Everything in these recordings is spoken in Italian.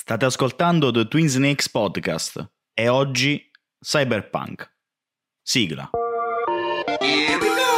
State ascoltando The Twin Snakes Podcast e oggi Cyberpunk. Sigla. Here we go.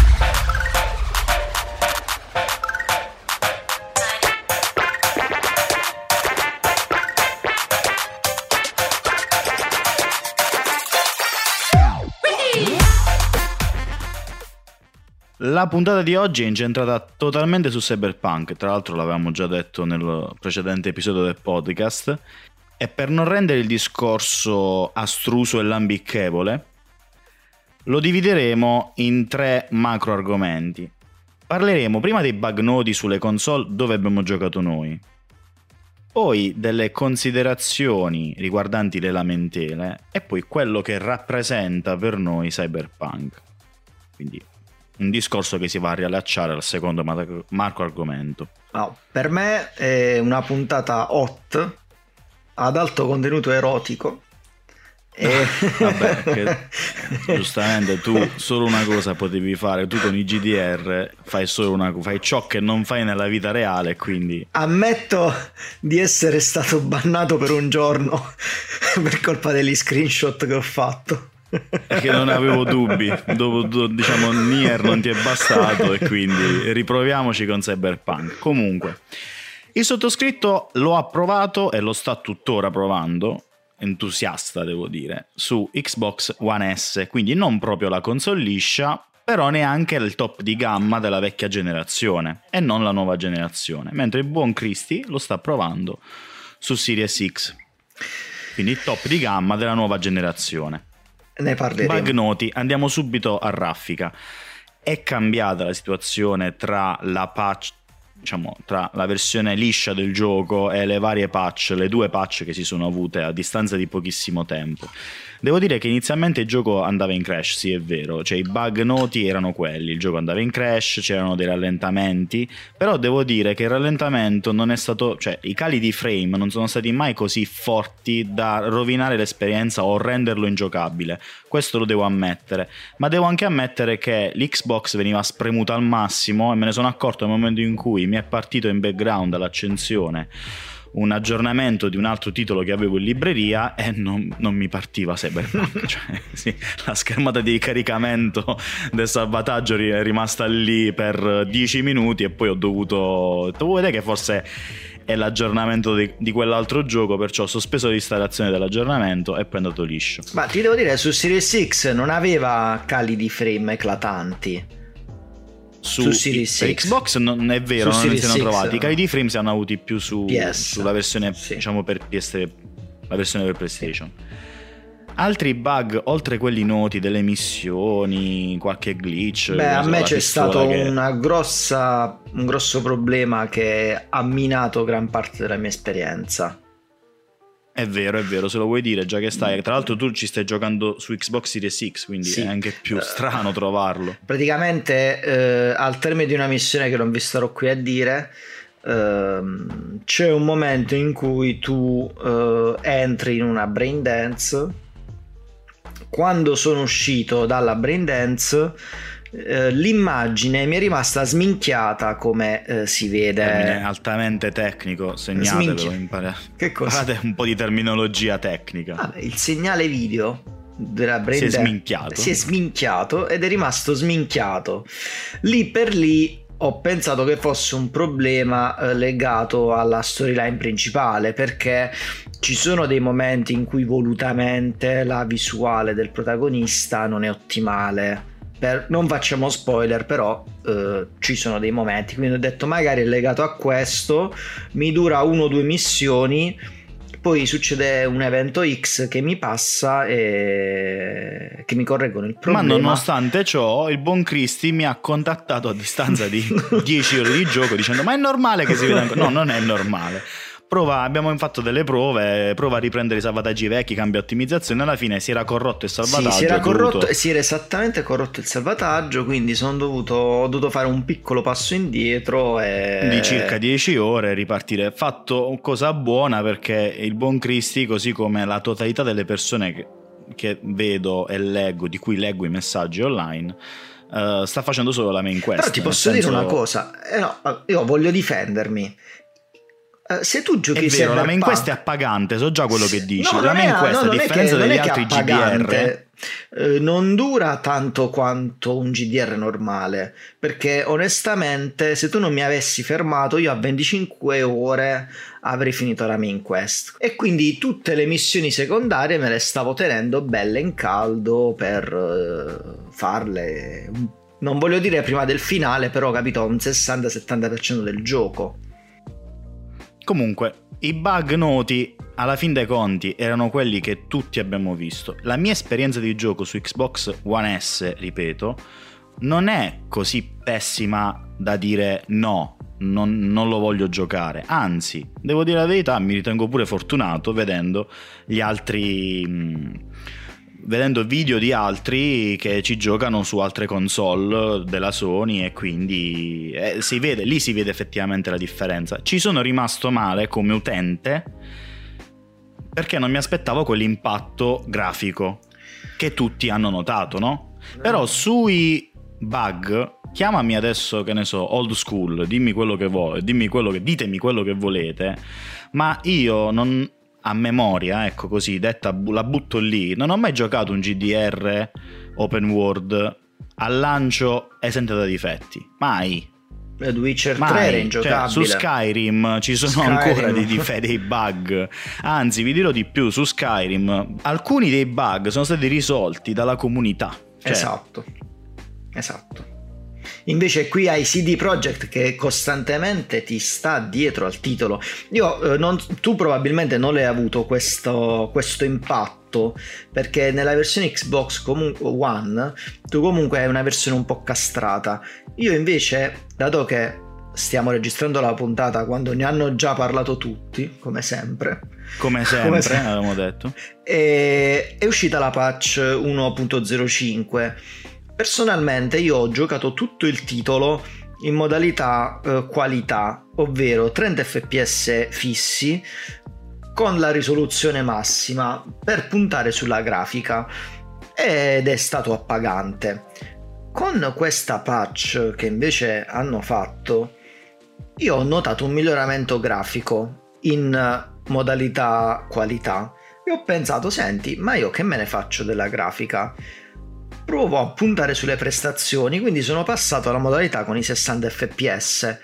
La puntata di oggi è incentrata totalmente su Cyberpunk, tra l'altro l'avevamo già detto nel precedente episodio del podcast, e per non rendere il discorso astruso e lambicchevole, lo divideremo in 3 macro argomenti. Parleremo prima dei bug noti sulle console dove abbiamo giocato noi, poi delle considerazioni riguardanti le lamentele e poi quello che rappresenta per noi Cyberpunk. Quindi un discorso che si va a riallacciare al secondo macro argomento. No, per me è una puntata hot ad alto contenuto erotico e... Vabbè, che, giustamente tu solo una cosa potevi fare, tu con i GDR fai fai ciò che non fai nella vita reale, quindi ammetto di essere stato bannato per un giorno per colpa degli screenshot che ho fatto. Perché non avevo dubbi, diciamo Nier non ti è bastato e quindi riproviamoci con Cyberpunk. Comunque il sottoscritto lo ha provato e lo sta tuttora provando, entusiasta devo dire, su Xbox One S, quindi non proprio la console liscia, però neanche il top di gamma della vecchia generazione e non la nuova generazione, mentre il buon Cristi lo sta provando su Series X, quindi il top di gamma della nuova generazione. Ne parleremo. Bug noti, andiamo subito a raffica. È cambiata la situazione tra la patch, diciamo, tra la versione liscia del gioco e le varie patch, le 2 patch che si sono avute a distanza di pochissimo tempo. Devo dire che inizialmente il gioco andava in crash, sì è vero, cioè i bug noti erano quelli, il gioco andava in crash, c'erano dei rallentamenti, però devo dire che il rallentamento non è stato, cioè i cali di frame non sono stati mai così forti da rovinare l'esperienza o renderlo ingiocabile, questo lo devo ammettere, ma devo anche ammettere che l'Xbox veniva spremuta al massimo e me ne sono accorto nel momento in cui mi è partito in background all'accensione un aggiornamento di un altro titolo che avevo in libreria e non mi partiva Cyberpunk. Cioè, sì, la schermata di caricamento del salvataggio è rimasta lì per 10 minuti e poi ho dovuto vedere che forse è l'aggiornamento di quell'altro gioco, perciò ho sospeso l'installazione dell'aggiornamento e poi è andato liscio. Ma ti devo dire, su Series X non aveva cali di frame eclatanti. Su Series X. Xbox non è vero, non si sono trovati. I cali di frame si hanno avuti più sulla versione, sì, diciamo per PS, la versione per PlayStation. Altri bug, oltre quelli noti delle missioni, qualche glitch. Beh, a me c'è stato un grosso problema che ha minato gran parte della mia esperienza. È vero, se lo vuoi dire, già che stai. Tra l'altro tu ci stai giocando su Xbox Series X, quindi sì, è anche più strano trovarlo. Praticamente al termine di una missione che non vi starò qui a dire, c'è un momento in cui tu entri in una brain dance. Quando sono uscito dalla brain dance, l'immagine mi è rimasta sminchiata, come si vede. Termine altamente tecnico, segnatelo, imparate. Che cosa? Imparate un po' di terminologia tecnica. Vabbè, il segnale video della brain si è sminchiato ed è rimasto sminchiato. Lì per lì ho pensato che fosse un problema legato alla storyline principale, perché ci sono dei momenti in cui volutamente la visuale del protagonista non è ottimale. Non facciamo spoiler, però ci sono dei momenti, quindi ho detto magari è legato a questo, mi dura 1 o 2 missioni, poi succede un evento X che mi passa e che mi correggono il problema. Ma nonostante ciò il buon Cristi mi ha contattato a distanza di 10 ore di gioco dicendo ma è normale che si veda ancora? No, non è normale. Abbiamo fatto delle prova a riprendere i salvataggi vecchi, cambia ottimizzazione, alla fine si era corrotto il salvataggio. Sì, si era esattamente corrotto il salvataggio, quindi ho dovuto fare un piccolo passo indietro di circa 10 ore, ripartire. Fatto cosa buona, perché il buon Cristi, così come la totalità delle persone che vedo e leggo, di cui leggo i messaggi online, sta facendo solo la main quest. Però ti posso dire una cosa, no, io voglio difendermi. Se tu giochi è vero, la main Cyberpunk... quest è appagante, so già quello che dici. No, la main quest, a differenza degli altri appagante. GDR, Non dura tanto quanto un GDR normale, perché onestamente se tu non mi avessi fermato io a 25 ore avrei finito la main quest, e quindi tutte le missioni secondarie me le stavo tenendo belle in caldo per farle, non voglio dire prima del finale, però capito, un 60-70% del gioco. Comunque, i bug noti alla fin dei conti erano quelli che tutti abbiamo visto. La mia esperienza di gioco su Xbox One S, ripeto, non è così pessima da dire no, non lo voglio giocare. Anzi, devo dire la verità, mi ritengo pure fortunato vedendo gli altri... vedendo video di altri che ci giocano su altre console della Sony, e quindi si vede effettivamente la differenza. Ci sono rimasto male come utente perché non mi aspettavo quell'impatto grafico che tutti hanno notato, no? Però sui bug, chiamami adesso, che ne so, old school, dimmi quello che vuoi, ditemi quello che volete, ma io non... a memoria, ecco, così detta, la butto lì, non ho mai giocato un GDR open world al lancio esente da difetti, mai. The Witcher 3 era ingiocabile. Cioè, su Skyrim ci sono ancora dei bug, anzi vi dirò di più, su Skyrim alcuni dei bug sono stati risolti dalla comunità, cioè... esatto. Invece qui hai CD Projekt che costantemente ti sta dietro al titolo. Tu probabilmente non l'hai avuto questo impatto, perché nella versione Xbox One tu comunque hai una versione un po' castrata. Io invece, dato che stiamo registrando la puntata quando ne hanno già parlato tutti, come sempre avevamo detto, è uscita la patch 1.05. Personalmente io ho giocato tutto il titolo in modalità qualità, ovvero 30 fps fissi con la risoluzione massima per puntare sulla grafica, ed è stato appagante. Con questa patch che invece hanno fatto, io ho notato un miglioramento grafico in modalità qualità e ho pensato, senti, ma io che me ne faccio della grafica? Provo a puntare sulle prestazioni, quindi sono passato alla modalità con i 60 fps.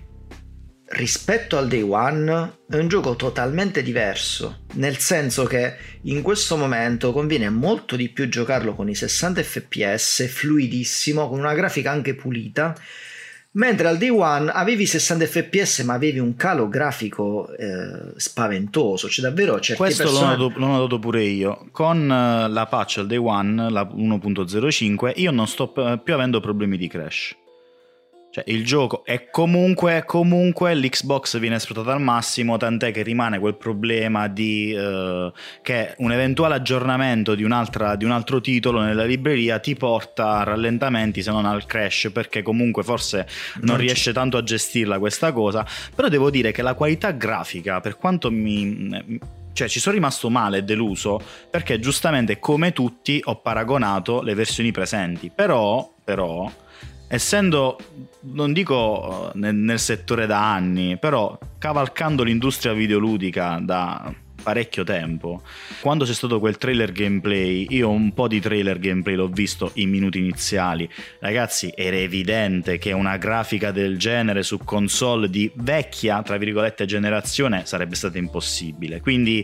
Rispetto al Day One è un gioco totalmente diverso, nel senso che in questo momento conviene molto di più giocarlo con i 60 fps, fluidissimo, con una grafica anche pulita, mentre al Day One avevi 60 fps ma avevi un calo grafico spaventoso, cioè davvero certe questo persone... l'ho notato pure io con la patch al Day One, la 1.05, io non sto più avendo problemi di crash, cioè il gioco è comunque l'Xbox viene sfruttata al massimo, tant'è che rimane quel problema di che un eventuale aggiornamento di un altro titolo nella libreria ti porta a rallentamenti, se non al crash, perché comunque forse non riesce tanto a gestirla questa cosa. Però devo dire che la qualità grafica, per quanto cioè ci sono rimasto male e deluso, perché giustamente come tutti ho paragonato le versioni presenti, però essendo, non dico nel settore da anni, però cavalcando l'industria videoludica da parecchio tempo, quando c'è stato quel trailer gameplay, io un po' di trailer gameplay l'ho visto in minuti iniziali, ragazzi, era evidente che una grafica del genere su console di vecchia, tra virgolette, generazione sarebbe stata impossibile, quindi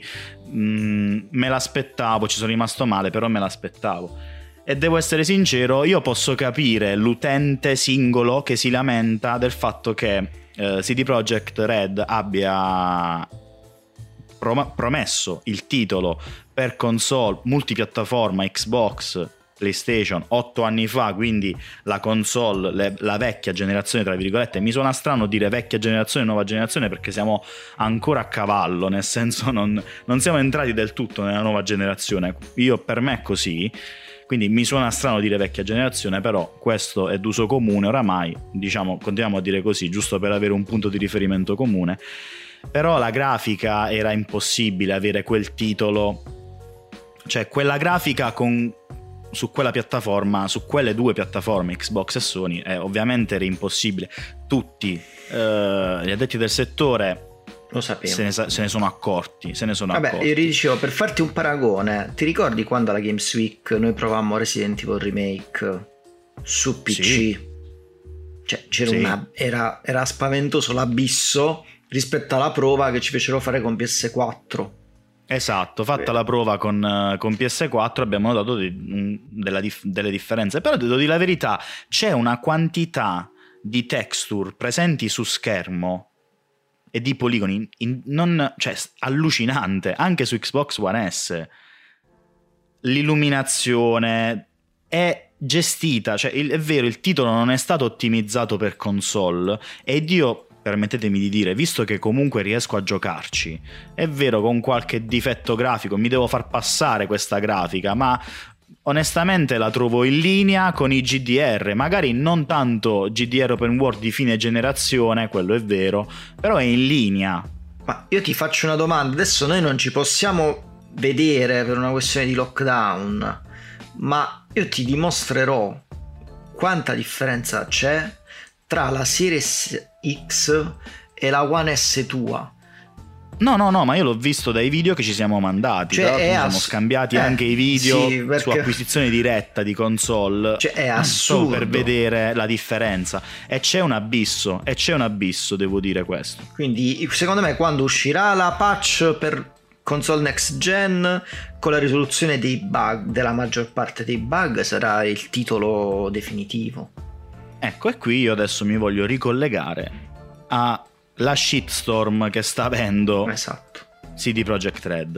me l'aspettavo, ci sono rimasto male, però me l'aspettavo. E devo essere sincero, io posso capire l'utente singolo che si lamenta del fatto che CD Projekt Red abbia promesso il titolo per console multipiattaforma Xbox, PlayStation 8 anni fa, quindi la console, la vecchia generazione tra virgolette. Mi suona strano dire vecchia generazione, nuova generazione, perché siamo ancora a cavallo, nel senso non siamo entrati del tutto nella nuova generazione, per me è così. Quindi mi suona strano dire vecchia generazione, però questo è d'uso comune oramai, diciamo, continuiamo a dire così, giusto per avere un punto di riferimento comune. Però la grafica era impossibile avere quel titolo, cioè quella grafica su quella piattaforma, su quelle due piattaforme Xbox e Sony, ovviamente era impossibile. Tutti gli addetti del settore Lo sapevo. se ne sono accorti. Vabbè, accorti. io dicevo, per farti un paragone, ti ricordi quando alla Games Week noi provammo Resident Evil Remake su PC? Sì. Cioè c'era Sì. era spaventoso l'abisso rispetto alla prova che ci fecero fare con PS4. Esatto, fatta la prova con PS4 abbiamo notato delle differenze, però devo dire la verità, c'è una quantità di texture presenti su schermo e di poligoni cioè, allucinante, anche su Xbox One S. L'illuminazione è gestita, cioè è vero, il titolo non è stato ottimizzato per console ed io, permettetemi di dire, visto che comunque riesco a giocarci, è vero, con qualche difetto grafico mi devo far passare questa grafica, ma onestamente la trovo in linea con i GDR, magari non tanto GDR open world di fine generazione, quello è vero, però è in linea. Ma io ti faccio una domanda, adesso noi non ci possiamo vedere per una questione di lockdown, ma io ti dimostrerò quanta differenza c'è tra la Series X e la One S tua. No, ma io l'ho visto dai video che ci siamo mandati, Cioè, tra l'altro ci siamo scambiati anche i video sì, perché... su acquisizione diretta di console, cioè è solo assurdo per vedere la differenza, e c'è un abisso, devo dire questo. Quindi secondo me quando uscirà la patch per console next gen con la risoluzione dei bug, della maggior parte dei bug, sarà il titolo definitivo. Ecco, e qui io adesso mi voglio ricollegare alla shitstorm che sta avendo CD Projekt Red.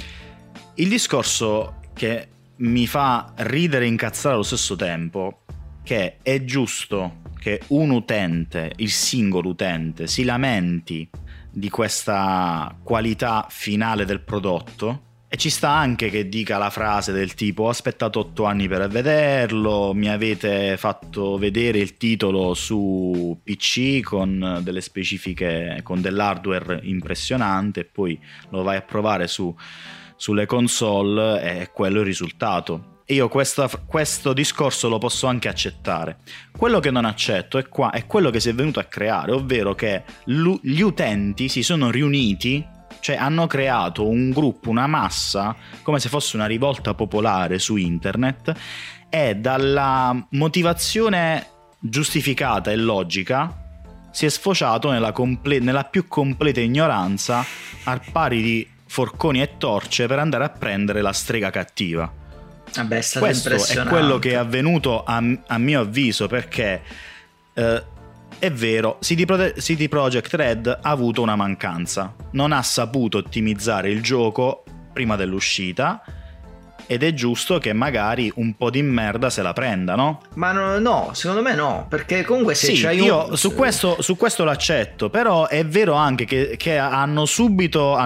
Il discorso che mi fa ridere e incazzare allo stesso tempo, che è giusto che un utente, il singolo utente, si lamenti di questa qualità finale del prodotto, e ci sta anche che dica la frase del tipo: ho aspettato 8 anni per vederlo, mi avete fatto vedere il titolo su PC con delle specifiche, con dell'hardware impressionante, e poi lo vai a provare sulle console e quello è il risultato. E io questo discorso lo posso anche accettare. Quello che non accetto è quello che si è venuto a creare, ovvero che gli utenti si sono riuniti, cioè hanno creato un gruppo, una massa, come se fosse una rivolta popolare su internet, e dalla motivazione giustificata e logica si è sfociato nella più completa ignoranza, al pari di forconi e torce, per andare a prendere la strega cattiva. Vabbè, è stato questo è quello che è avvenuto a mio avviso, perché è vero, CD Projekt Red ha avuto una mancanza, non ha saputo ottimizzare il gioco prima dell'uscita, ed è giusto che magari un po' di merda se la prenda, no? Ma no, secondo me no, perché comunque se c'hai io su questo l'accetto, però è vero anche che hanno subito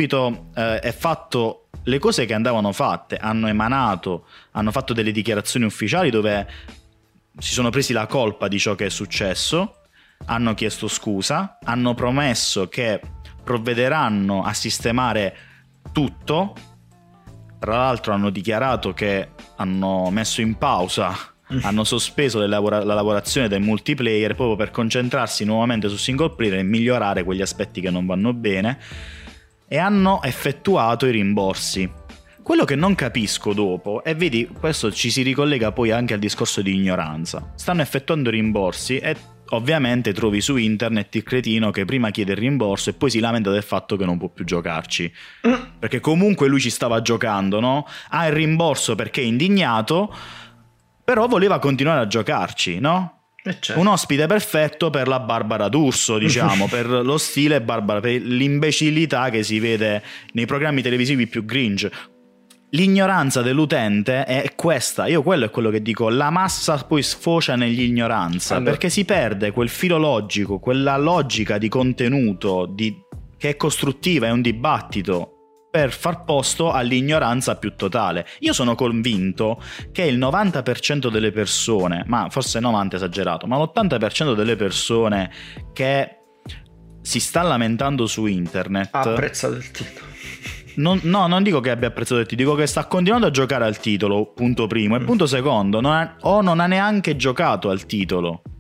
fatto le cose che andavano fatte, hanno fatto delle dichiarazioni ufficiali dove si sono presi la colpa di ciò che è successo, hanno chiesto scusa, hanno promesso che provvederanno a sistemare tutto. Tra l'altro hanno dichiarato che hanno messo in pausa, hanno sospeso la lavorazione del multiplayer proprio per concentrarsi nuovamente su single player e migliorare quegli aspetti che non vanno bene, e hanno effettuato i rimborsi. Quello che non capisco dopo, e vedi, questo ci si ricollega poi anche al discorso di ignoranza, stanno effettuando rimborsi e ovviamente trovi su internet il cretino che prima chiede il rimborso e poi si lamenta del fatto che non può più giocarci, perché comunque lui ci stava giocando, no? Ha il rimborso perché è indignato, però voleva continuare a giocarci, no? Certo. Un ospite perfetto per la Barbara D'Urso, diciamo, per lo stile Barbara, per l'imbecillità che si vede nei programmi televisivi più cringe. L'ignoranza dell'utente è questa. Io quello è quello che dico, la massa poi sfocia nell'ignoranza, allora, perché si perde quel filo logico, quella logica di contenuto che è costruttiva, è un dibattito, per far posto all'ignoranza più totale. Io sono convinto che il 90% delle persone, ma forse 90 esagerato, ma l'80% delle persone che si sta lamentando su internet ha apprezzato il titolo. Non dico che abbia apprezzato il titolo, dico che sta continuando a giocare al titolo, punto primo, e punto secondo, non ha neanche giocato al titolo.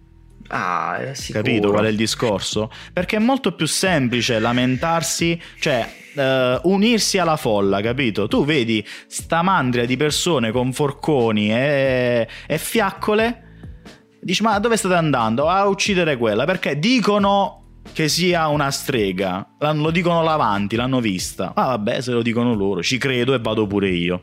sicuro. Capito qual è il discorso? Perché è molto più semplice lamentarsi, cioè unirsi alla folla, capito? Tu vedi sta mandria di persone con forconi e fiaccole, dici ma dove state andando? A uccidere quella, perché dicono che sia una strega, lo dicono l'avanti, l'hanno vista. Ah vabbè, se lo dicono loro, ci credo e vado pure io.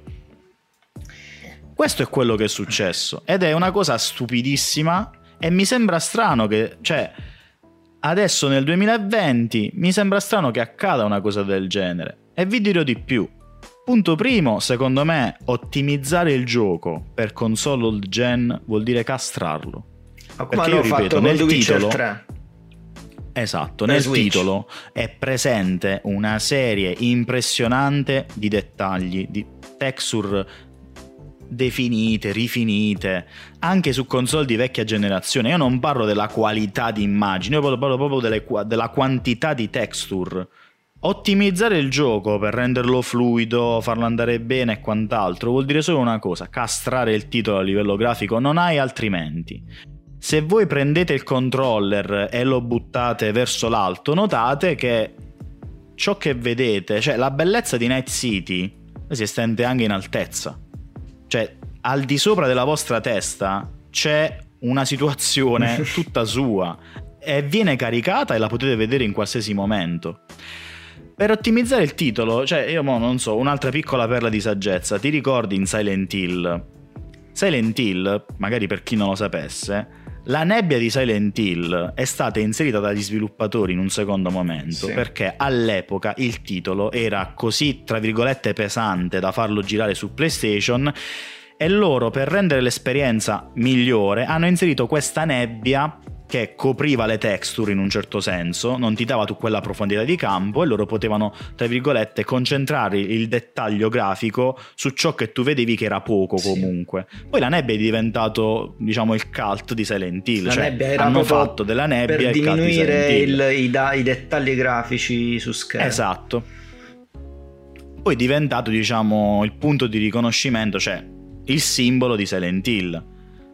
Questo è quello che è successo ed è una cosa stupidissima e mi sembra strano che, cioè, adesso nel 2020 mi sembra strano che accada una cosa del genere. E vi dirò di più. Punto primo, secondo me, ottimizzare il gioco per console old gen vuol dire castrarlo. Ma come hanno fatto con The Witcher 3? Esatto, nel titolo è presente una serie impressionante di dettagli, di texture definite, rifinite, anche su console di vecchia generazione. Io non parlo della qualità di immagini, io parlo proprio della quantità di texture. Ottimizzare il gioco per renderlo fluido, farlo andare bene e quant'altro vuol dire solo una cosa: castrare il titolo a livello grafico, non hai altrimenti. Se voi prendete il controller e lo buttate verso l'alto, notate che ciò che vedete, cioè la bellezza di Night City, si estende anche in altezza. Cioè, al di sopra della vostra testa c'è una situazione tutta sua e viene caricata e la potete vedere in qualsiasi momento. Per ottimizzare il titolo, cioè io non so, un'altra piccola perla di saggezza, ti ricordi in Silent Hill? Silent Hill, magari per chi non lo sapesse, la nebbia di Silent Hill è stata inserita dagli sviluppatori in un secondo momento, sì, perché all'epoca il titolo era così, tra virgolette, pesante da farlo girare su PlayStation e loro, per rendere l'esperienza migliore, hanno inserito questa nebbia che copriva le texture in un certo senso, non ti dava tu quella profondità di campo e loro potevano, tra virgolette, concentrare il dettaglio grafico su ciò che tu vedevi che era poco comunque. Sì. Poi la nebbia è diventato, diciamo, il cult di Silent Hill, la nebbia era hanno fatto della nebbia per diminuire i dettagli grafici su schermo. Esatto. Poi è diventato, diciamo, il punto di riconoscimento, cioè il simbolo di Silent Hill.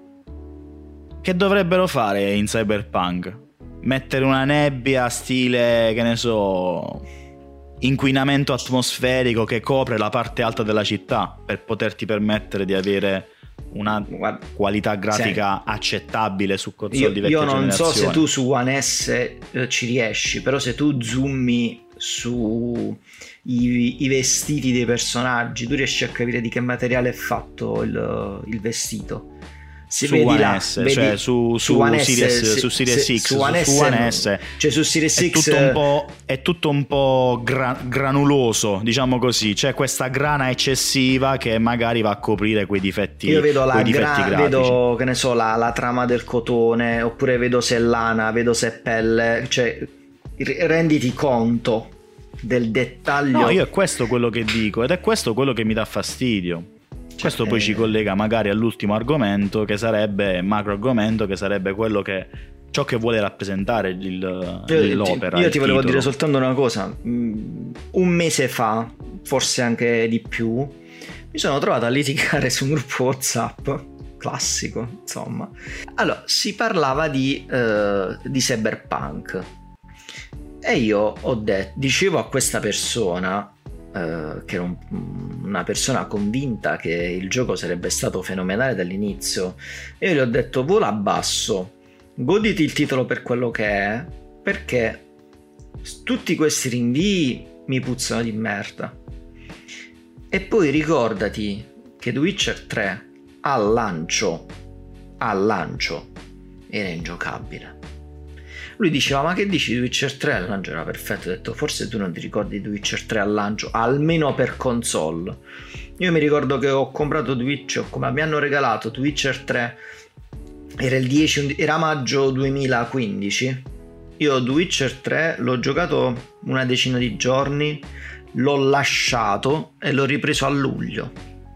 Che dovrebbero fare in Cyberpunk? Mettere una nebbia stile, che ne so, inquinamento atmosferico che copre la parte alta della città per poterti permettere di avere una qualità grafica accettabile su console di vecchia generazione. Io non so se tu su One S ci riesci, però se tu zoomi su i vestiti dei personaggi, tu riesci a capire di che materiale è fatto il vestito. Se su vedi One là, S, vedi, cioè su Series, su Series X, su One S, cioè su Series X è tutto un po' granuloso, diciamo così, c'è questa grana eccessiva che magari va a coprire quei difetti. Io vedo grafici. Vedo, che ne so, la trama del cotone, oppure vedo se è lana, vedo se è pelle, cioè renditi conto del dettaglio. No, io è questo quello che dico ed è questo quello che mi dà fastidio. Questo poi ci collega magari all'ultimo argomento, che sarebbe macro argomento, che sarebbe quello che ciò che vuole rappresentare l'opera. Io ti volevo dire soltanto una cosa. Un mese fa, forse anche di più, mi sono trovato a litigare su un gruppo WhatsApp classico, insomma. Allora, si parlava di Cyberpunk e io dicevo a questa persona, che era una persona convinta che il gioco sarebbe stato fenomenale dall'inizio, e io gli ho detto: vola basso, goditi il titolo per quello che è, perché tutti questi rinvii mi puzzano di merda, e poi ricordati che The Witcher 3 al lancio era ingiocabile. Lui diceva: ma che dici, The Witcher 3 al lancio era perfetto. Ho detto: forse tu non ti ricordi The Witcher 3 al lancio, almeno per console. Io mi ricordo che ho comprato The Witcher, come mi hanno regalato The Witcher 3, era maggio 2015. Io The Witcher 3 l'ho giocato una decina di giorni, l'ho lasciato e l'ho ripreso a luglio.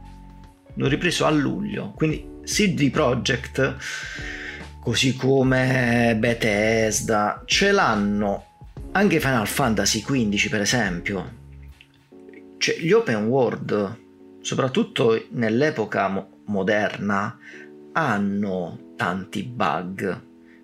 Quindi CD Projekt, così come Bethesda, ce l'hanno. Anche Final Fantasy XV, per esempio, cioè, gli open world, soprattutto nell'epoca moderna, hanno tanti bug,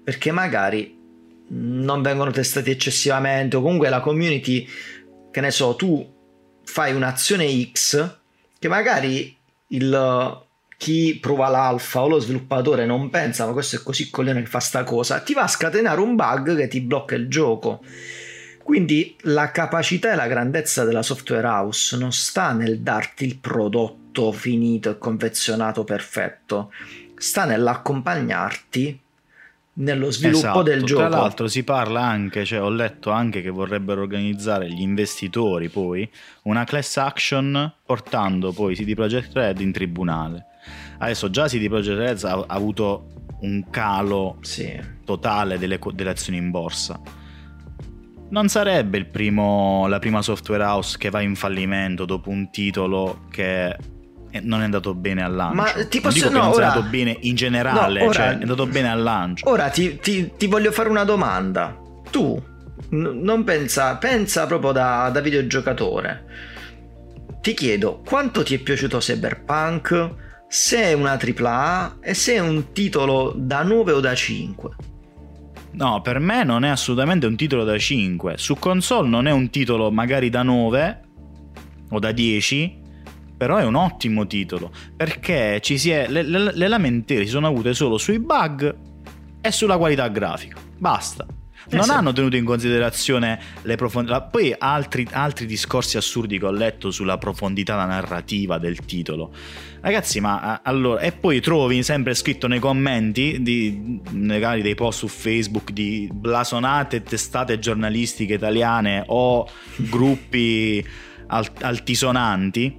perché magari non vengono testati eccessivamente, o comunque la community, che ne so, tu fai un'azione X che magari chi prova l'alfa o lo sviluppatore non pensa, ma questo è così coglione che fa sta cosa, ti va a scatenare un bug che ti blocca il gioco. Quindi la capacità e la grandezza della software house non sta nel darti il prodotto finito e confezionato perfetto, sta nell'accompagnarti nello sviluppo del gioco. Tra l'altro si parla anche, cioè ho letto anche che vorrebbero organizzare gli investitori poi una class action portando poi CD Projekt Red in tribunale. Adesso già CD Projekt Red ha avuto un calo totale delle azioni in borsa. Non sarebbe la prima software house che va in fallimento dopo un titolo che non è andato bene al lancio. Ma ti posso dire, non è andato bene in generale, cioè è andato bene al lancio. Ora ti voglio fare una domanda. Tu non pensa proprio da videogiocatore. Ti chiedo, quanto ti è piaciuto Cyberpunk? Se è una AAA e se è un titolo da 9 o da 5? No, per me non è assolutamente un titolo da 5. Su console non è un titolo magari da 9 o da 10, però è un ottimo titolo, perché le lamentele si sono avute solo sui bug e sulla qualità grafica. Basta. Non hanno tenuto in considerazione le profondità. Poi altri discorsi assurdi che ho letto sulla profondità narrativa del titolo. Ragazzi, ma allora, e poi trovi sempre scritto nei commenti magari dei post su Facebook di blasonate testate giornalistiche italiane o gruppi altisuonanti,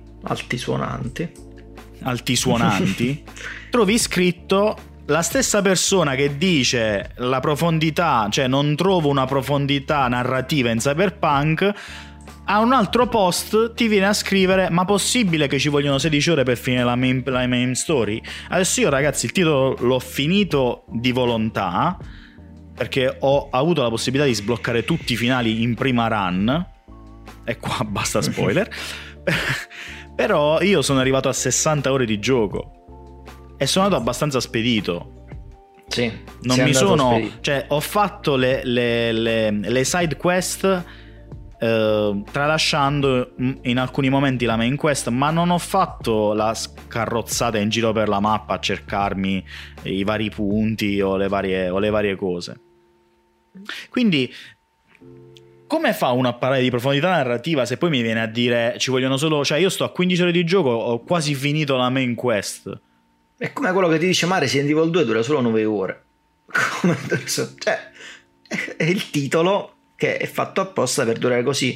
trovi scritto la stessa persona che dice la profondità, cioè non trovo una profondità narrativa in Cyberpunk, a un altro post ti viene a scrivere: ma possibile che ci vogliono 16 ore per finire la main story? Adesso io, ragazzi, il titolo l'ho finito di volontà, perché ho avuto la possibilità di sbloccare tutti i finali in prima run, e qua basta spoiler. Però io sono arrivato a 60 ore di gioco e sono andato abbastanza spedito. Sì, non mi sono spedito. Cioè, ho fatto le side quest, tralasciando in alcuni momenti la main quest, ma non ho fatto la scarrozzata in giro per la mappa a cercarmi i vari punti o le varie cose. Quindi come fa uno a parlare di profondità narrativa se poi mi viene a dire ci vogliono solo, cioè io sto a 15 ore di gioco, ho quasi finito la main quest. È come quello che ti dice Resident Evil 2 dura solo 9 ore. Cioè, è il titolo che è fatto apposta per durare così.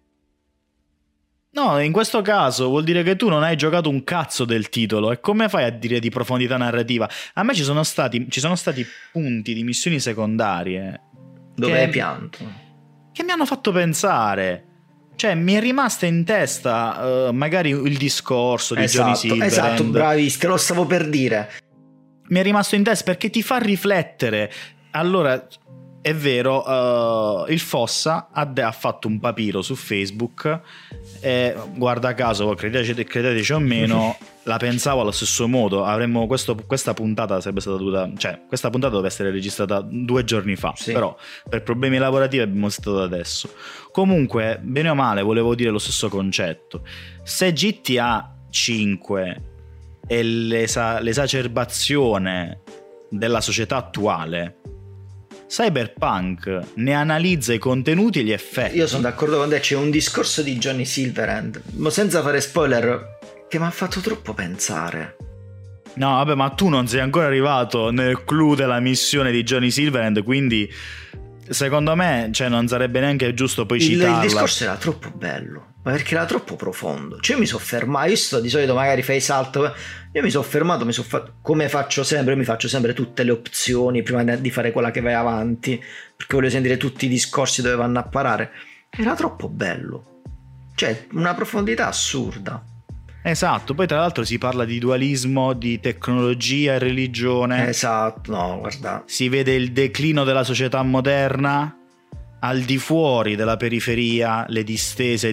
No, in questo caso vuol dire che tu non hai giocato un cazzo del titolo. E come fai a dire di profondità narrativa? A me ci sono stati punti di missioni secondarie dove hai pianto, che mi hanno fatto pensare. Cioè, mi è rimasta in testa magari il discorso di Johnny Silverhand. Esatto, bravissimo, te lo stavo per dire. Mi è rimasto in testa perché ti fa riflettere. Allora, è vero, il Fossa ha fatto un papiro su Facebook e, guarda caso, credeteci o meno, la pensavo allo stesso modo. Avremmo questa puntata sarebbe stata dovuta, cioè questa puntata doveva essere registrata 2 giorni fa, sì. Però per problemi lavorativi abbiamo stato adesso. Comunque, bene o male, volevo dire lo stesso concetto. Se GTA 5 è l'esacerbazione della società attuale, Cyberpunk ne analizza i contenuti e gli effetti. Io sono d'accordo con te, c'è un discorso di Johnny Silverhand, ma senza fare spoiler, che mi ha fatto troppo pensare. No, vabbè, ma tu non sei ancora arrivato nel clou della missione di Johnny Silverhand, quindi secondo me, cioè, non sarebbe neanche giusto poi citarla. Il discorso era troppo bello, ma perché era troppo profondo. Cioè, io mi sono fermato, io di solito magari fai salto, io mi sono fermato, come faccio sempre, io mi faccio sempre tutte le opzioni prima di fare quella che vai avanti, perché voglio sentire tutti i discorsi dove vanno a parare. Era troppo bello, cioè una profondità assurda. Esatto, poi tra l'altro si parla di dualismo, di tecnologia e religione. Esatto, no, guarda. Si vede il declino della società moderna, al di fuori della periferia, le distese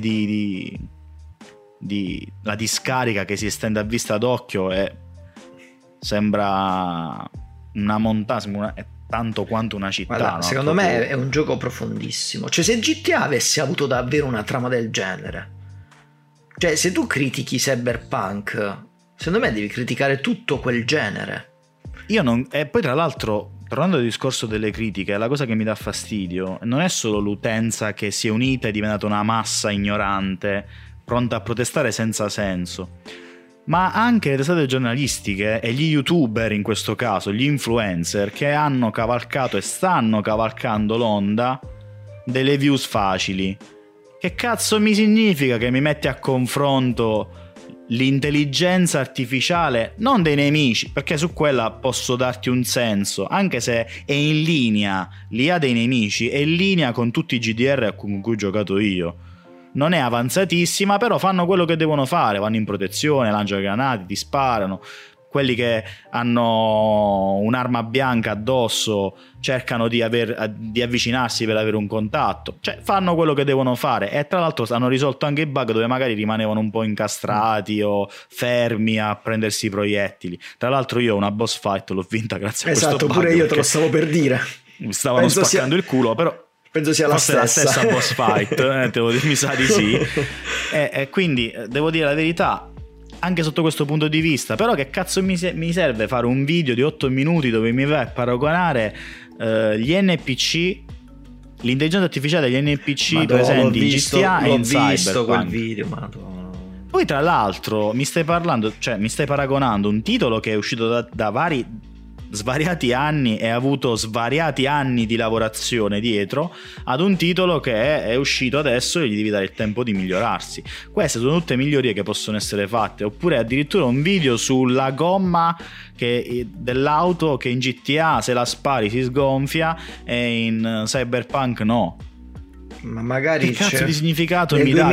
la discarica che si estende a vista d'occhio e sembra una montagna, tanto quanto una città. Guarda, no? secondo me è un gioco profondissimo. Cioè, se GTA avesse avuto davvero una trama del genere, cioè se tu critichi Cyberpunk, secondo me devi criticare tutto quel genere. Io non... E poi tra l'altro, tornando al discorso delle critiche, la cosa che mi dà fastidio non è solo l'utenza che si è unita e è diventata una massa ignorante, pronta a protestare senza senso, ma anche le testate giornalistiche e gli youtuber, in questo caso gli influencer, che hanno cavalcato e stanno cavalcando l'onda delle views facili. Che cazzo mi significa che mi metti a confronto l'intelligenza artificiale, non dei nemici, perché su quella posso darti un senso, anche se è in linea, l'IA dei nemici è in linea con tutti i GDR con cui ho giocato io. Non è avanzatissima, però fanno quello che devono fare, vanno in protezione, lanciano granate, ti sparano. Quelli che hanno un'arma bianca addosso cercano di avvicinarsi per avere un contatto, cioè fanno quello che devono fare. E tra l'altro hanno risolto anche i bug dove magari rimanevano un po' incastrati o fermi a prendersi i proiettili. Tra l'altro io una boss fight l'ho vinta grazie a questo bug. Esatto, pure io te lo stavo per dire. Mi stavano spaccando il culo, però penso sia la stessa boss fight, mi sa di sì. E quindi devo dire la verità, anche sotto questo punto di vista, però che cazzo mi serve fare un video di 8 minuti dove mi vai a paragonare gli NPC, l'intelligenza artificiale degli NPC presenti in GTA e in Cyberpunk. L'ho visto quel video, madonna. Poi tra l'altro mi stai paragonando un titolo che è uscito da vari svariati anni e ha avuto svariati anni di lavorazione dietro ad un titolo che è uscito adesso e gli devi dare il tempo di migliorarsi. Queste sono tutte migliorie che possono essere fatte. Oppure addirittura un video sulla gomma dell'auto che in GTA se la spari si sgonfia e in Cyberpunk no. Ma magari che cazzo di significato mi dà? Nel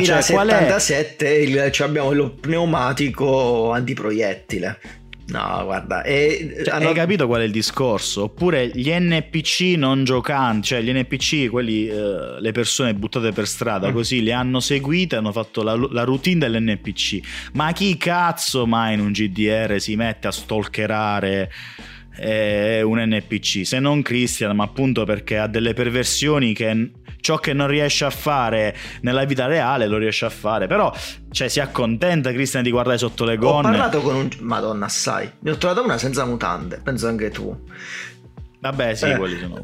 2077 abbiamo lo pneumatico antiproiettile. No, guarda, hai capito qual è il discorso? Oppure gli NPC non giocanti, cioè gli NPC, quelli le persone buttate per strada, così le hanno seguite, hanno fatto la routine dell'NPC. Ma chi cazzo mai in un GDR si mette a stalkerare un NPC? Se non Christian, ma appunto perché ha delle perversioni che ciò che non riesce a fare nella vita reale lo riesce a fare. Però si accontenta Christian di guardare sotto le gonne. Ho parlato con un... Madonna, assai. Ne ho trovato una senza mutande, penso anche tu. Vabbè sì, quelli sono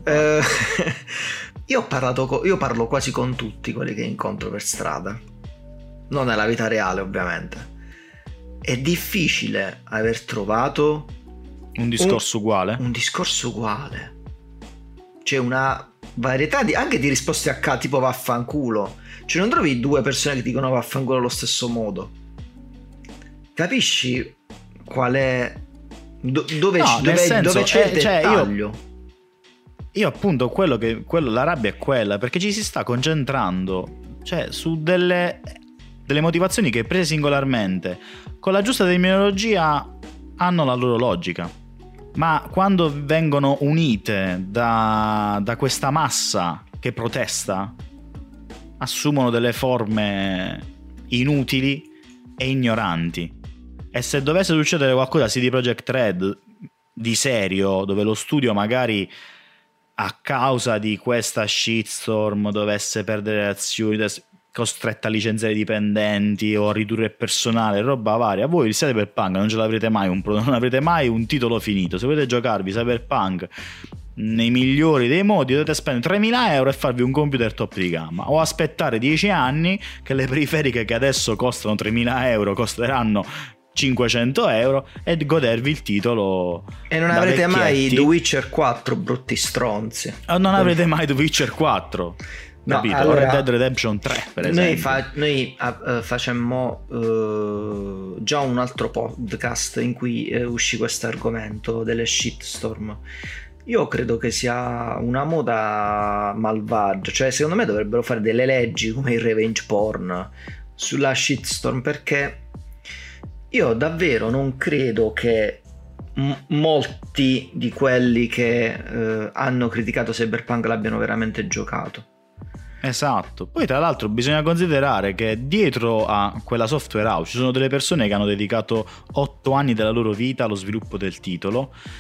io parlo quasi con tutti quelli che incontro per strada, non nella vita reale ovviamente. È difficile aver trovato un discorso uguale. Un discorso uguale. C'è una varietà anche di risposte a caso, tipo vaffanculo. Cioè non trovi due persone che dicono vaffanculo allo stesso modo. Capisci qual è dove c'è il dettaglio? Io appunto la rabbia è quella, perché ci si sta concentrando su delle motivazioni che prese singolarmente con la giusta terminologia hanno la loro logica. Ma quando vengono unite da questa massa che protesta, assumono delle forme inutili e ignoranti. E se dovesse succedere qualcosa a CD Projekt Red di serio, dove lo studio magari a causa di questa shitstorm dovesse perdere le azioni, costretta a licenziare i dipendenti o a ridurre il personale, roba varia, voi il Cyberpunk non ce l'avrete mai non avrete mai un titolo finito. Se volete giocarvi Cyberpunk nei migliori dei modi dovete spendere 3.000 euro e farvi un computer top di gamma, o aspettare 10 anni che le periferiche che adesso costano 3.000 euro costeranno 500 euro e godervi il titolo. E non avrete mai The Witcher 4, brutti stronzi. Non avrete mai The Witcher 4. No, capito? Allora, Red Dead Redemption 3 per esempio. Noi facemmo già un altro podcast in cui uscì questo argomento delle shitstorm. Io credo che sia una moda malvagia, cioè secondo me dovrebbero fare delle leggi come il revenge porn sulla shitstorm, perché io davvero non credo che molti di quelli che hanno criticato Cyberpunk l'abbiano veramente giocato. Esatto. Poi tra l'altro bisogna considerare che dietro a quella software house ci sono delle persone che hanno dedicato 8 anni della loro vita allo sviluppo del titolo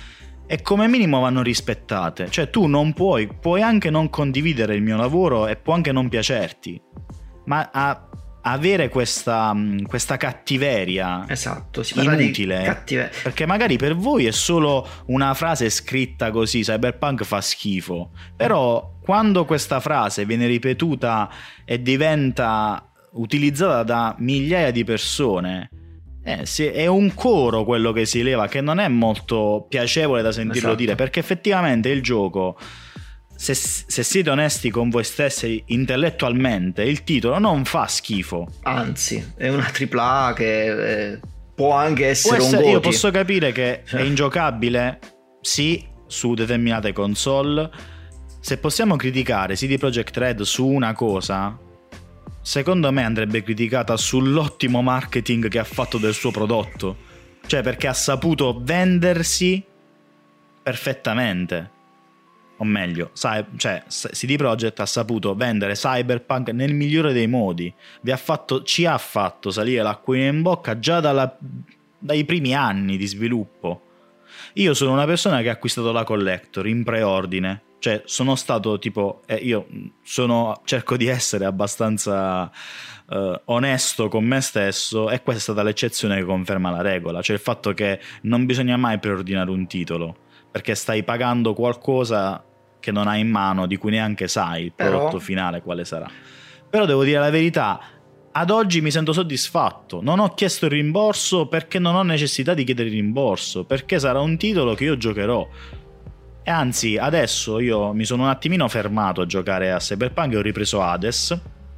e come minimo vanno rispettate. Cioè tu non puoi anche non condividere il mio lavoro e può anche non piacerti, ma avere questa cattiveria, esatto, si parla inutile, di cattiveria, perché magari per voi è solo una frase scritta così, Cyberpunk fa schifo, però quando questa frase viene ripetuta e diventa utilizzata da migliaia di persone, è un coro quello che si leva, che non è molto piacevole da sentirlo esatto. dire, perché effettivamente il gioco, se siete onesti con voi stessi intellettualmente, il titolo non fa schifo, anzi è una AAA che può anche essere un GOTY. Io posso capire che è ingiocabile, sì, su determinate console. Se possiamo criticare CD Projekt Red su una cosa, secondo me andrebbe criticata sull'ottimo marketing che ha fatto del suo prodotto, cioè perché ha saputo vendersi perfettamente, o meglio, CD Projekt ha saputo vendere Cyberpunk nel migliore dei modi, ci ha fatto salire l'acquolina in bocca già dai primi anni di sviluppo. Io sono una persona che ha acquistato la Collector in preordine, cioè sono stato tipo, cerco di essere abbastanza onesto con me stesso, e questa è stata l'eccezione che conferma la regola, cioè il fatto che non bisogna mai preordinare un titolo, perché stai pagando qualcosa che non hai in mano, di cui neanche sai il prodotto finale quale sarà. Però devo dire la verità, ad oggi mi sento soddisfatto, non ho chiesto il rimborso perché non ho necessità di chiedere il rimborso, perché sarà un titolo che io giocherò. E anzi, adesso io mi sono un attimino fermato a giocare a Cyberpunk e ho ripreso Hades,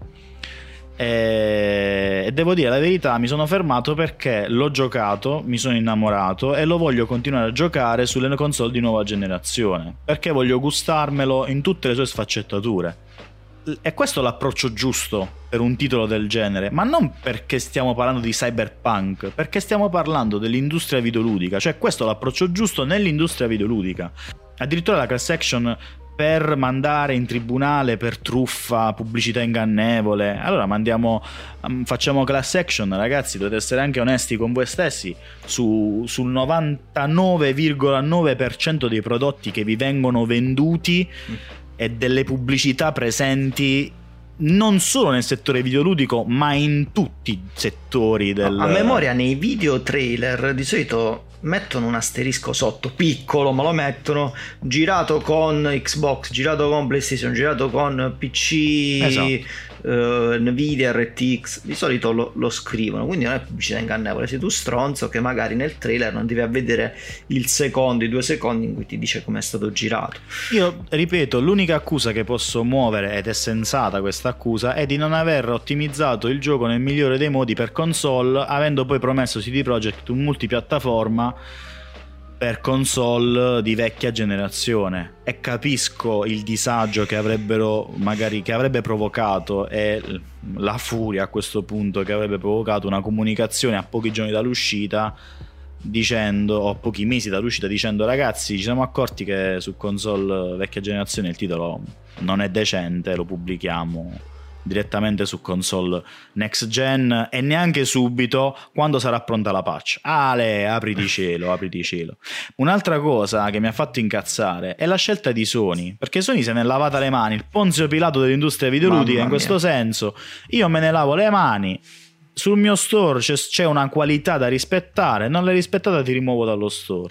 e devo dire la verità, mi sono fermato perché l'ho giocato, mi sono innamorato e lo voglio continuare a giocare sulle console di nuova generazione, perché voglio gustarmelo in tutte le sue sfaccettature. E questo è l'approccio giusto per un titolo del genere, ma non perché stiamo parlando di Cyberpunk, perché stiamo parlando dell'industria videoludica, cioè questo è l'approccio giusto nell'industria videoludica. Addirittura la class action per mandare in tribunale per truffa, pubblicità ingannevole, allora facciamo class action, ragazzi, dovete essere anche onesti con voi stessi, sul 99,9% dei prodotti che vi vengono venduti e delle pubblicità presenti non solo nel settore videoludico ma in tutti i settori del... A memoria, nei video trailer di solito mettono un asterisco sotto, piccolo, ma lo mettono, girato con Xbox, girato con PlayStation, girato con PC, esatto. Nvidia, RTX, di solito lo scrivono, quindi non è pubblicità ingannevole, sei tu stronzo che magari nel trailer non devi vedere i 2 secondi in cui ti dice come è stato girato. Io ripeto, l'unica accusa che posso muovere, ed è sensata questa accusa, è di non aver ottimizzato il gioco nel migliore dei modi per console, avendo poi promesso CD Projekt un multipiattaforma per console di vecchia generazione, e capisco il disagio che avrebbe provocato e la furia a questo punto che avrebbe provocato una comunicazione a pochi giorni dall'uscita dicendo, o pochi mesi dall'uscita, dicendo: ragazzi, ci siamo accorti che su console vecchia generazione il titolo non è decente, lo pubblichiamo direttamente su console next gen, e neanche subito, quando sarà pronta la patch. Apriti cielo. Un'altra cosa che mi ha fatto incazzare è la scelta di Sony, perché Sony se ne è lavata le mani, il Ponzio Pilato dell'industria videoludica in questo senso. Io me ne lavo le mani, sul mio store c'è una qualità da rispettare, non l'hai rispettata, ti rimuovo dallo store.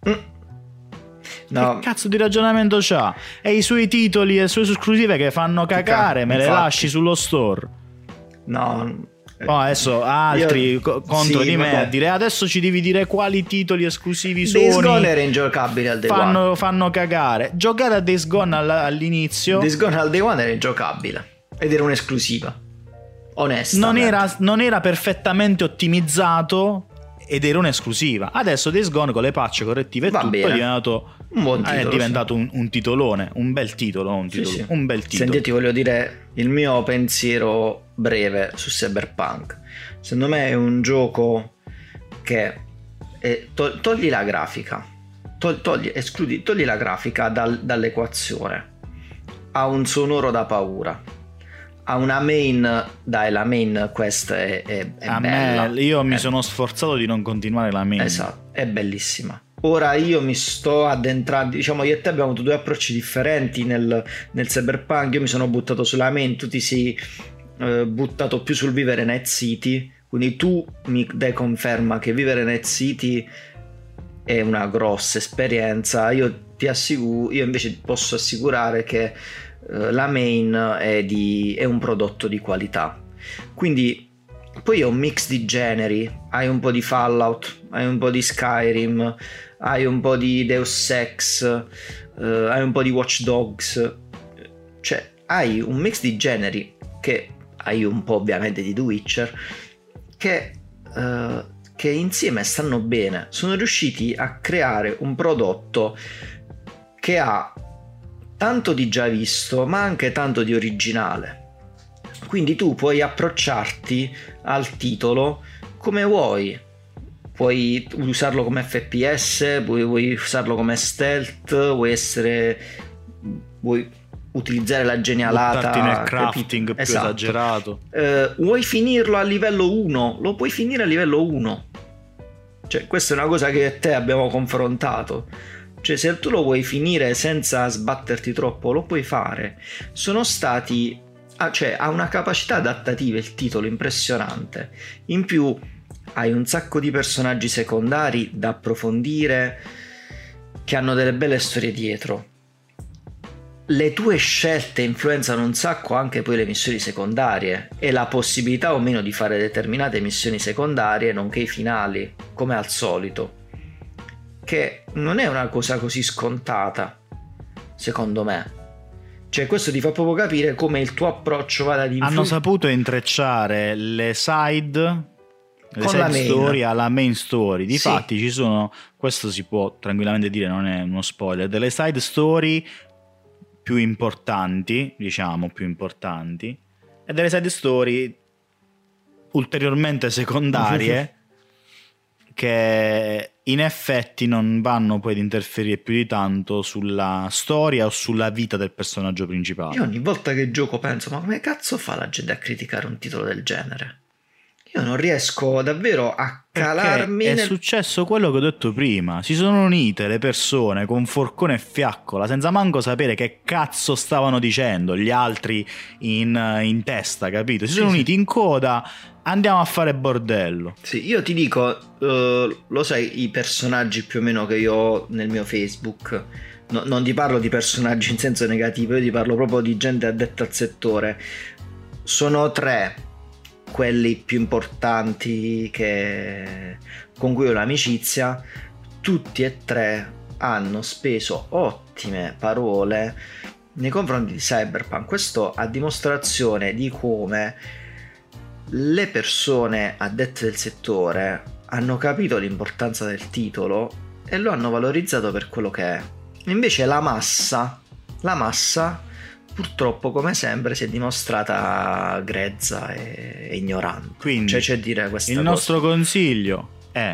No. Che cazzo di ragionamento c'ha? E i suoi titoli e le sue esclusive che fanno cagare, me le lasci sullo store? No. Adesso altri contro di me a dire: adesso ci devi dire quali titoli esclusivi sono. Days Gone era ingiocabile al Day One. Fanno cagare. Giocare a Days Gone all'inizio. Days Gone al Day One era ingiocabile ed era un'esclusiva. Onesta. Non era perfettamente ottimizzato ed era un'esclusiva. Adesso Days Gone con le patch correttive e tutto è diventato un buon titolo, è diventato un titolone, un bel titolo, un bel titolo. Senti, ti voglio dire il mio pensiero breve su Cyberpunk. Secondo me è un gioco che togli la grafica, togli la grafica dall'equazione, ha un sonoro da paura, ha una main, dai, la main quest è bella. Io mi sono sforzato di non continuare la main. Esatto, è bellissima. ora io mi sto addentrando, diciamo io e te abbiamo avuto due approcci differenti nel Cyberpunk. Io mi sono buttato sulla main, tu ti sei buttato più sul vivere Night City, quindi tu mi dai conferma che vivere Night City è una grossa esperienza. Io invece posso assicurare che la main è un prodotto di qualità, quindi poi è un mix di generi, hai un po' di Fallout, hai un po' di Skyrim, hai un po' di Deus Ex, hai un po' di Watch Dogs, cioè hai un mix di generi, che hai un po' ovviamente di The Witcher, che insieme stanno bene. Sono riusciti a creare un prodotto che ha tanto di già visto ma anche tanto di originale, quindi tu puoi approcciarti al titolo come vuoi. Puoi usarlo come FPS, vuoi usarlo come stealth, vuoi utilizzare la genialata, buttarti nel crafting più esatto. esagerato. Vuoi finirlo a livello 1, lo puoi finire a livello 1. Cioè, questa è una cosa che io e te abbiamo confrontato. Cioè, se tu lo vuoi finire senza sbatterti troppo, lo puoi fare. Ha una capacità adattativa il titolo impressionante. In più hai un sacco di personaggi secondari da approfondire, che hanno delle belle storie dietro. Le tue scelte influenzano un sacco anche poi le missioni secondarie e la possibilità o meno di fare determinate missioni secondarie, nonché i finali, come al solito, che non è una cosa così scontata, secondo me. Cioè, questo ti fa proprio capire come il tuo approccio vada ad influire. Hanno saputo intrecciare le side la main story alla main story. Difatti ci sono, questo si può tranquillamente dire, non è uno spoiler, delle side story più importanti, diciamo più importanti, e delle side story ulteriormente secondarie che in effetti non vanno poi ad interferire più di tanto sulla storia o sulla vita del personaggio principale. Io ogni volta che gioco penso, ma come cazzo fa la gente a criticare un titolo del genere? Io non riesco davvero a calarmi. Perché è successo quello che ho detto prima. Si sono unite le persone con forcone e fiaccola senza manco sapere che cazzo stavano dicendo gli altri in testa, capito? Si sono uniti in coda, andiamo a fare bordello. Sì, io ti dico, lo sai i personaggi più o meno che io ho nel mio Facebook? Non ti parlo di personaggi in senso negativo, io ti parlo proprio di gente addetta al settore. Sono 3 quelli più importanti con cui ho l'amicizia. Tutti e 3 hanno speso ottime parole nei confronti di Cyberpunk. Questo a dimostrazione di come le persone addette del settore hanno capito l'importanza del titolo e lo hanno valorizzato per quello che è. Invece la massa purtroppo, come sempre, si è dimostrata grezza e ignorante. Quindi cioè, c'è dire questa il cosa. nostro consiglio è,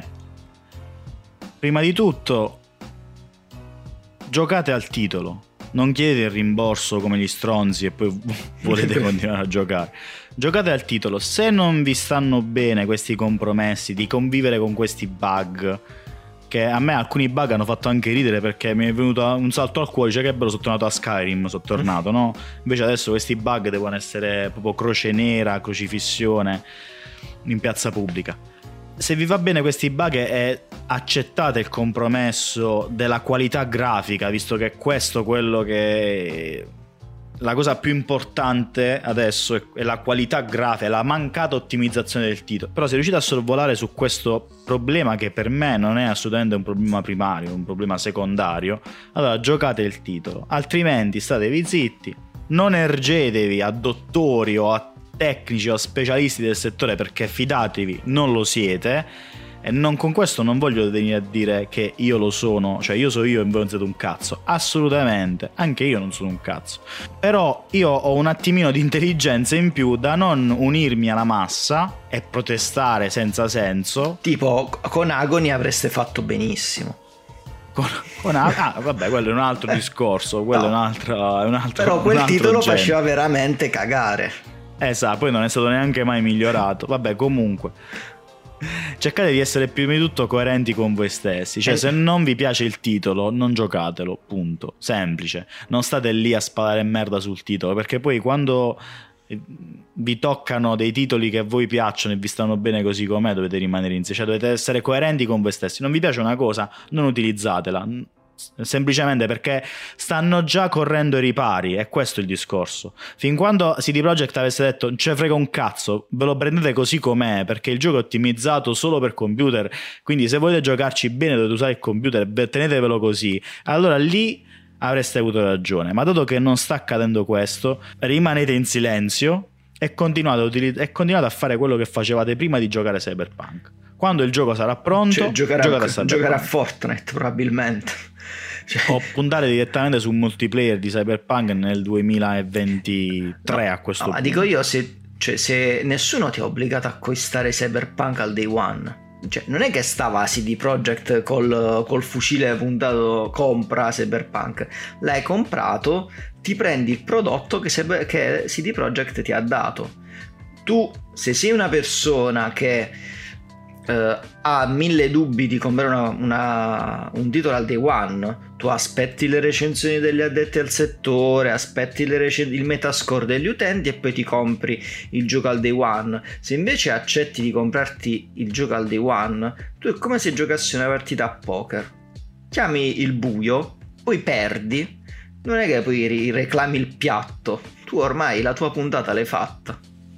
prima di tutto, giocate al titolo, non chiedete il rimborso come gli stronzi e poi volete continuare a giocare. Giocate al titolo. Se non vi stanno bene questi compromessi di convivere con questi bug, che a me alcuni bug hanno fatto anche ridere, perché mi è venuto un salto al cuore, cioè che bello, sono tornato a Skyrim, sono tornato, no? Invece adesso questi bug devono essere proprio croce nera, crocifissione in piazza pubblica. Se vi va bene questi bug e accettate il compromesso della qualità grafica, visto che questo è quello che la cosa più importante adesso è la qualità grafica, la mancata ottimizzazione del titolo. Però se riuscite a sorvolare su questo problema, che per me non è assolutamente un problema primario, un problema secondario, allora giocate il titolo, altrimenti statevi zitti, non ergetevi a dottori o a tecnici o a specialisti del settore, perché fidatevi, non lo siete. E con questo non voglio venire a dire che io lo sono, cioè io sono io e voi non siete un cazzo, assolutamente, anche io non sono un cazzo, però io ho un attimino di intelligenza in più da non unirmi alla massa e protestare senza senso. Tipo, con Agony avreste fatto benissimo. Vabbè, quello è un altro discorso, quello no. è un altro però quel titolo genere. Faceva veramente cagare. Esatto, poi non è stato neanche mai migliorato. Vabbè, comunque Cercate di essere prima di tutto coerenti con voi stessi. Cioè, se non vi piace il titolo, non giocatelo, punto. Semplice. Non state lì a sparare merda sul titolo, perché poi quando vi toccano dei titoli che a voi piacciono e vi stanno bene così com'è, dovete rimanere in sé. Cioè, dovete essere coerenti con voi stessi. Non vi piace una cosa, non utilizzatela. Semplicemente perché stanno già correndo ai ripari, è questo il discorso. Fin quando CD Projekt avesse detto non ce ne frega un cazzo, ve lo prendete così com'è, perché il gioco è ottimizzato solo per computer, quindi se volete giocarci bene dovete usare il computer, tenetevelo così, allora lì avreste avuto ragione. Ma dato che non sta accadendo questo, rimanete in silenzio e continuate a fare quello che facevate prima di giocare Cyberpunk. Quando il gioco sarà pronto, cioè, giocare a Fortnite probabilmente. O puntare direttamente su un multiplayer di Cyberpunk nel 2023 a questo punto. Dico io, se nessuno ti ha obbligato a acquistare Cyberpunk al day one, cioè non è che stava CD Projekt col fucile puntato compra Cyberpunk, l'hai comprato, ti prendi il prodotto che CD Projekt ti ha dato. Tu, se sei una persona che ha 1000 dubbi di comprare un titolo al day one, tu aspetti le recensioni degli addetti al settore, aspetti il metascore degli utenti e poi ti compri il gioco al day one. Se invece accetti di comprarti il gioco al day one, tu è come se giocassi una partita a poker, chiami il buio, poi perdi, non è che poi reclami il piatto, tu ormai la tua puntata l'hai fatta.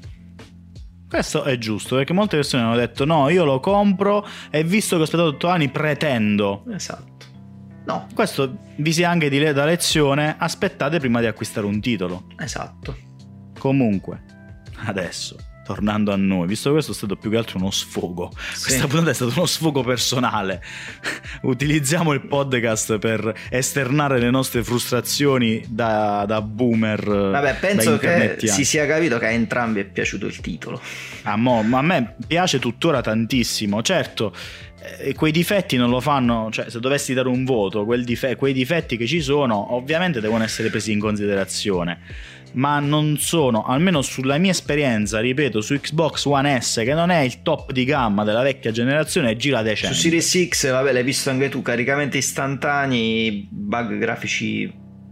Questo è giusto, perché molte persone hanno detto no, io lo compro e visto che ho aspettato 8 anni pretendo. Esatto. No. Questo vi sia anche da lezione, aspettate prima di acquistare un titolo. Esatto. Comunque, adesso, tornando a noi, visto che questo è stato più che altro uno sfogo, questa puntata è stato uno sfogo personale, utilizziamo il podcast per esternare le nostre frustrazioni da boomer. Vabbè, penso che si sia capito che a entrambi è piaciuto il titolo. Ma a me piace tuttora tantissimo, certo. Quei difetti non lo fanno, cioè se dovessi dare un voto, quei difetti che ci sono ovviamente devono essere presi in considerazione, ma non sono, almeno sulla mia esperienza, ripeto, su Xbox One S, che non è il top di gamma della vecchia generazione, gira decente. Su Series X, vabbè, l'hai visto anche tu, caricamenti istantanei, bug grafici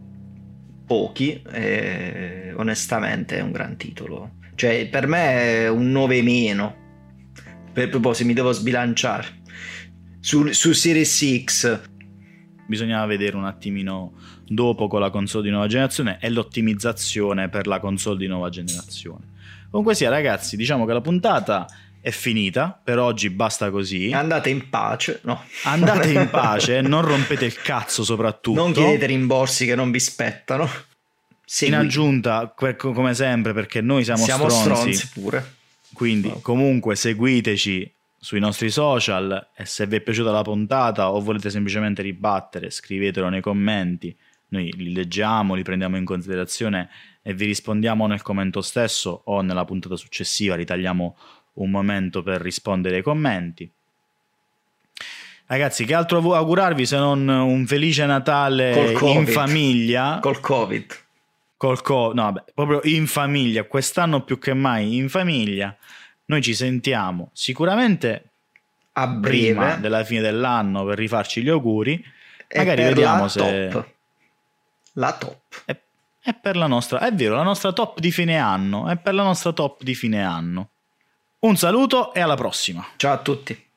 pochi, onestamente è un gran titolo, cioè per me è un 9 meno, proprio se mi devo sbilanciare su Series X. Bisognava vedere un attimino dopo con la console di nuova generazione e l'ottimizzazione per la console di nuova generazione. Comunque sia, ragazzi, diciamo che la puntata è finita, per oggi basta così. Andate in pace, no. Andate in pace, non rompete il cazzo soprattutto. Non chiedete rimborsi che non vi spettano. In aggiunta, come sempre, perché noi siamo stronzi pure. Quindi comunque seguiteci sui nostri social e se vi è piaciuta la puntata o volete semplicemente ribattere, scrivetelo nei commenti, noi li leggiamo, li prendiamo in considerazione e vi rispondiamo nel commento stesso o nella puntata successiva, ritagliamo un momento per rispondere ai commenti. Ragazzi, che altro augurarvi se non un felice Natale in famiglia? Col Covid. No, vabbè, proprio in famiglia, quest'anno più che mai in famiglia. Noi ci sentiamo sicuramente a breve, prima della fine dell'anno per rifarci gli auguri. E magari per vediamo se la top è per la nostra, è vero, la nostra top di fine anno, è per la nostra top di fine anno. Un saluto e alla prossima. Ciao a tutti.